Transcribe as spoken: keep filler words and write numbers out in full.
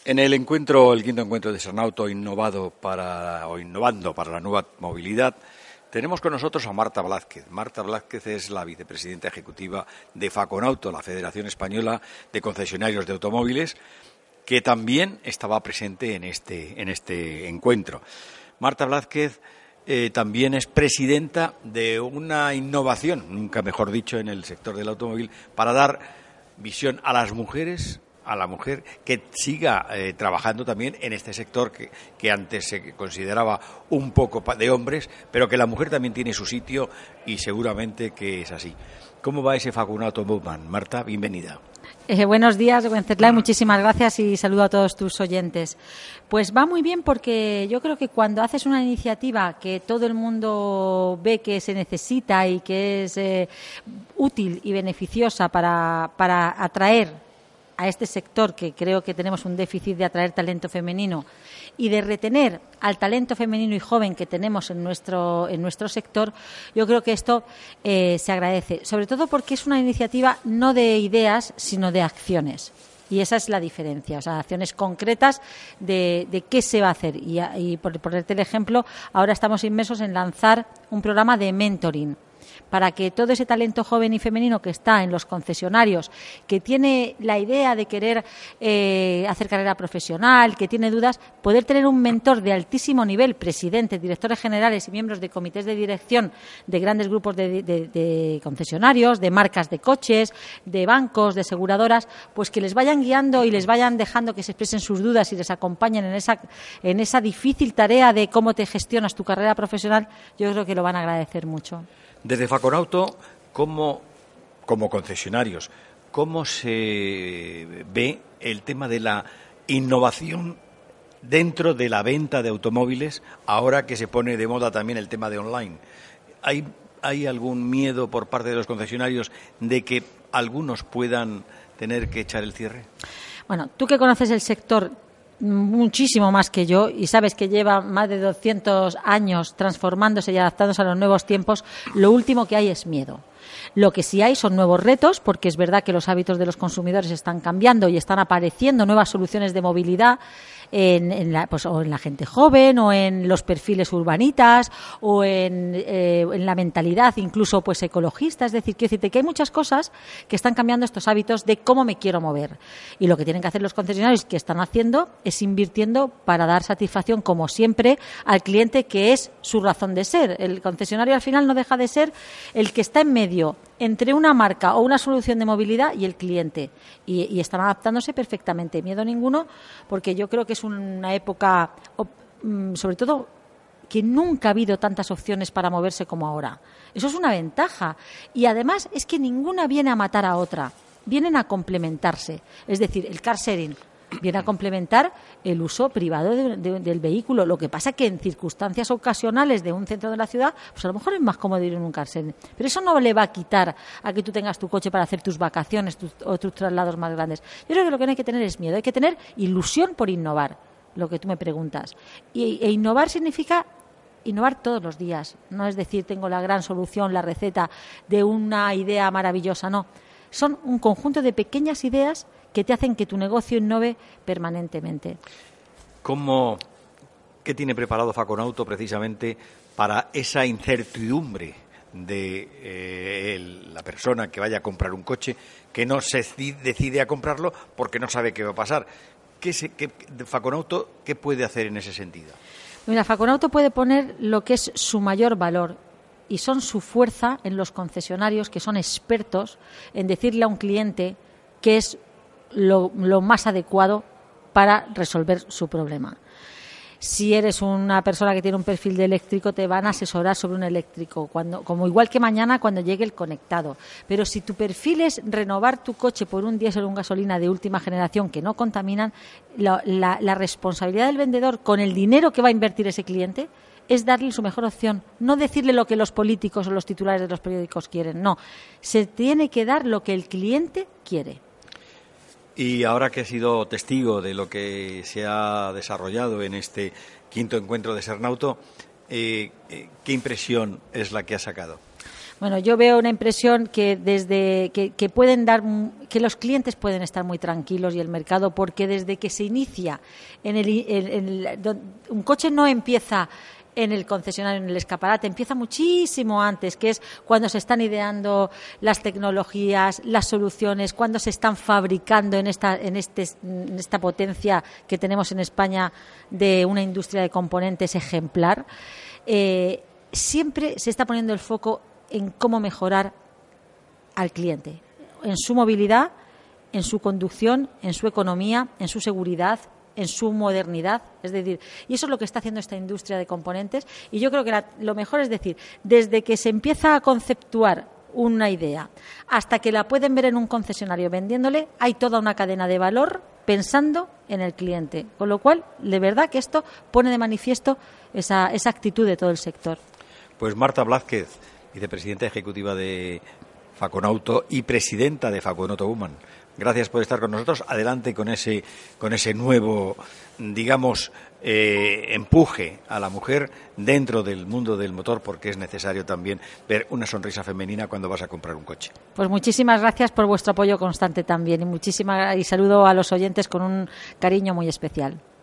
En el encuentro, el quinto encuentro de Sernauto innovado para, o innovando para la nueva movilidad, tenemos con nosotros a Marta Blázquez. Marta Blázquez es la vicepresidenta ejecutiva de Faconauto, la Federación Española de Concesionarios de Automóviles, que también estaba presente en este, en este encuentro. Marta Blázquez eh, también es presidenta de una innovación, nunca mejor dicho, en el sector del automóvil, para dar visión a las mujeres, a la mujer que siga eh, trabajando también en este sector que, que antes se consideraba un poco de hombres, pero que la mujer también tiene su sitio y seguramente que es así. ¿Cómo va ese Faconauto Movement? Marta, bienvenida. Eh, buenos días, Wenceslao, muchísimas gracias y saludo a todos tus oyentes. Pues va muy bien porque yo creo que cuando haces una iniciativa que todo el mundo ve que se necesita y que es eh, útil y beneficiosa para, para atraer a este sector, que creo que tenemos un déficit de atraer talento femenino y de retener al talento femenino y joven que tenemos en nuestro en nuestro sector, yo creo que esto eh, se agradece, sobre todo porque es una iniciativa no de ideas, sino de acciones. Y esa es la diferencia, o sea, acciones concretas de, de qué se va a hacer. Y, y por ponerte el ejemplo, ahora estamos inmersos en lanzar un programa de mentoring, para que todo ese talento joven y femenino que está en los concesionarios, que tiene la idea de querer eh, hacer carrera profesional, que tiene dudas, poder tener un mentor de altísimo nivel, presidentes, directores generales y miembros de comités de dirección de grandes grupos de, de, de concesionarios, de marcas de coches, de bancos, de aseguradoras, pues que les vayan guiando y les vayan dejando que se expresen sus dudas y les acompañen en esa, en esa difícil tarea de cómo te gestionas tu carrera profesional. Yo creo que lo van a agradecer mucho. Desde Faconauto, ¿cómo, como concesionarios, cómo se ve el tema de la innovación dentro de la venta de automóviles, ahora que se pone de moda también el tema de online? ¿Hay, hay algún miedo por parte de los concesionarios de que algunos puedan tener que echar el cierre? Bueno, tú que conoces el sector muchísimo más que yo y sabes que lleva más de doscientos años transformándose y adaptándose a los nuevos tiempos, lo último que hay es miedo. Lo que sí hay son nuevos retos, porque es verdad que los hábitos de los consumidores están cambiando y están apareciendo nuevas soluciones de movilidad en, en, la, pues, o en la gente joven, o en los perfiles urbanitas, o en, eh, en la mentalidad incluso pues ecologista. Es decir, quiero decirte que hay muchas cosas que están cambiando estos hábitos de cómo me quiero mover. Y lo que tienen que hacer los concesionarios, que están haciendo, es invirtiendo para dar satisfacción, como siempre, al cliente, que es su razón de ser. El concesionario al final no deja de ser el que está en medio entre una marca o una solución de movilidad y el cliente, y, y están adaptándose perfectamente, miedo ninguno, porque yo creo que es una época, sobre todo, que nunca ha habido tantas opciones para moverse como ahora. Eso es una ventaja, y además es que ninguna viene a matar a otra, vienen a complementarse. Es decir, el car sharing viene a complementar el uso privado de, de, del vehículo. Lo que pasa que en circunstancias ocasionales de un centro de la ciudad, pues a lo mejor es más cómodo ir en un car sharing. Pero eso no le va a quitar a que tú tengas tu coche para hacer tus vacaciones tus, o tus traslados más grandes. Yo creo que lo que no hay que tener es miedo, hay que tener ilusión por innovar, lo que tú me preguntas. Y, e innovar significa innovar todos los días. No es decir, tengo la gran solución, la receta de una idea maravillosa, no. Son un conjunto de pequeñas ideas que te hacen que tu negocio innove permanentemente. ¿Cómo, ¿Qué tiene preparado Faconauto precisamente para esa incertidumbre de eh, el, la persona que vaya a comprar un coche, que no se decide a comprarlo porque no sabe qué va a pasar? ¿Qué, se, qué, Faconauto, ¿qué puede hacer en ese sentido? Mira, Faconauto puede poner lo que es su mayor valor, y son su fuerza en los concesionarios, que son expertos en decirle a un cliente que es Lo, lo más adecuado para resolver su problema. Si eres una persona que tiene un perfil de eléctrico, te van a asesorar sobre un eléctrico, cuando, como igual que mañana cuando llegue el conectado. Pero si tu perfil es renovar tu coche por un diésel o un gasolina de última generación que no contaminan, la, la, la responsabilidad del vendedor con el dinero que va a invertir ese cliente es darle su mejor opción, no decirle lo que los políticos o los titulares de los periódicos quieren, no. Se tiene que dar lo que el cliente quiere. Y ahora que has sido testigo de lo que se ha desarrollado en este quinto encuentro de Sernauto, eh, ¿qué impresión es la que has sacado? Bueno, yo veo una impresión que desde que, que pueden dar que los clientes pueden estar muy tranquilos y el mercado, porque desde que se inicia en el, en el un coche no empieza en el concesionario, en el escaparate, empieza muchísimo antes, que es cuando se están ideando las tecnologías, las soluciones, cuando se están fabricando en esta, en este, en esta potencia que tenemos en España de una industria de componentes ejemplar. Eh, siempre se está poniendo el foco en cómo mejorar al cliente, en su movilidad, en su conducción, en su economía, en su seguridad, en su modernidad, es decir, y eso es lo que está haciendo esta industria de componentes, y yo creo que la, lo mejor es decir, desde que se empieza a conceptuar una idea hasta que la pueden ver en un concesionario vendiéndole, hay toda una cadena de valor pensando en el cliente, con lo cual, de verdad que esto pone de manifiesto esa, esa actitud de todo el sector. Pues Marta Blázquez, vicepresidenta ejecutiva de Faconauto y presidenta de Faconauto Woman, gracias por estar con nosotros. Adelante con ese, con ese nuevo, digamos, eh, empuje a la mujer dentro del mundo del motor, porque es necesario también ver una sonrisa femenina cuando vas a comprar un coche. Pues muchísimas gracias por vuestro apoyo constante también y muchísimas y saludo a los oyentes con un cariño muy especial.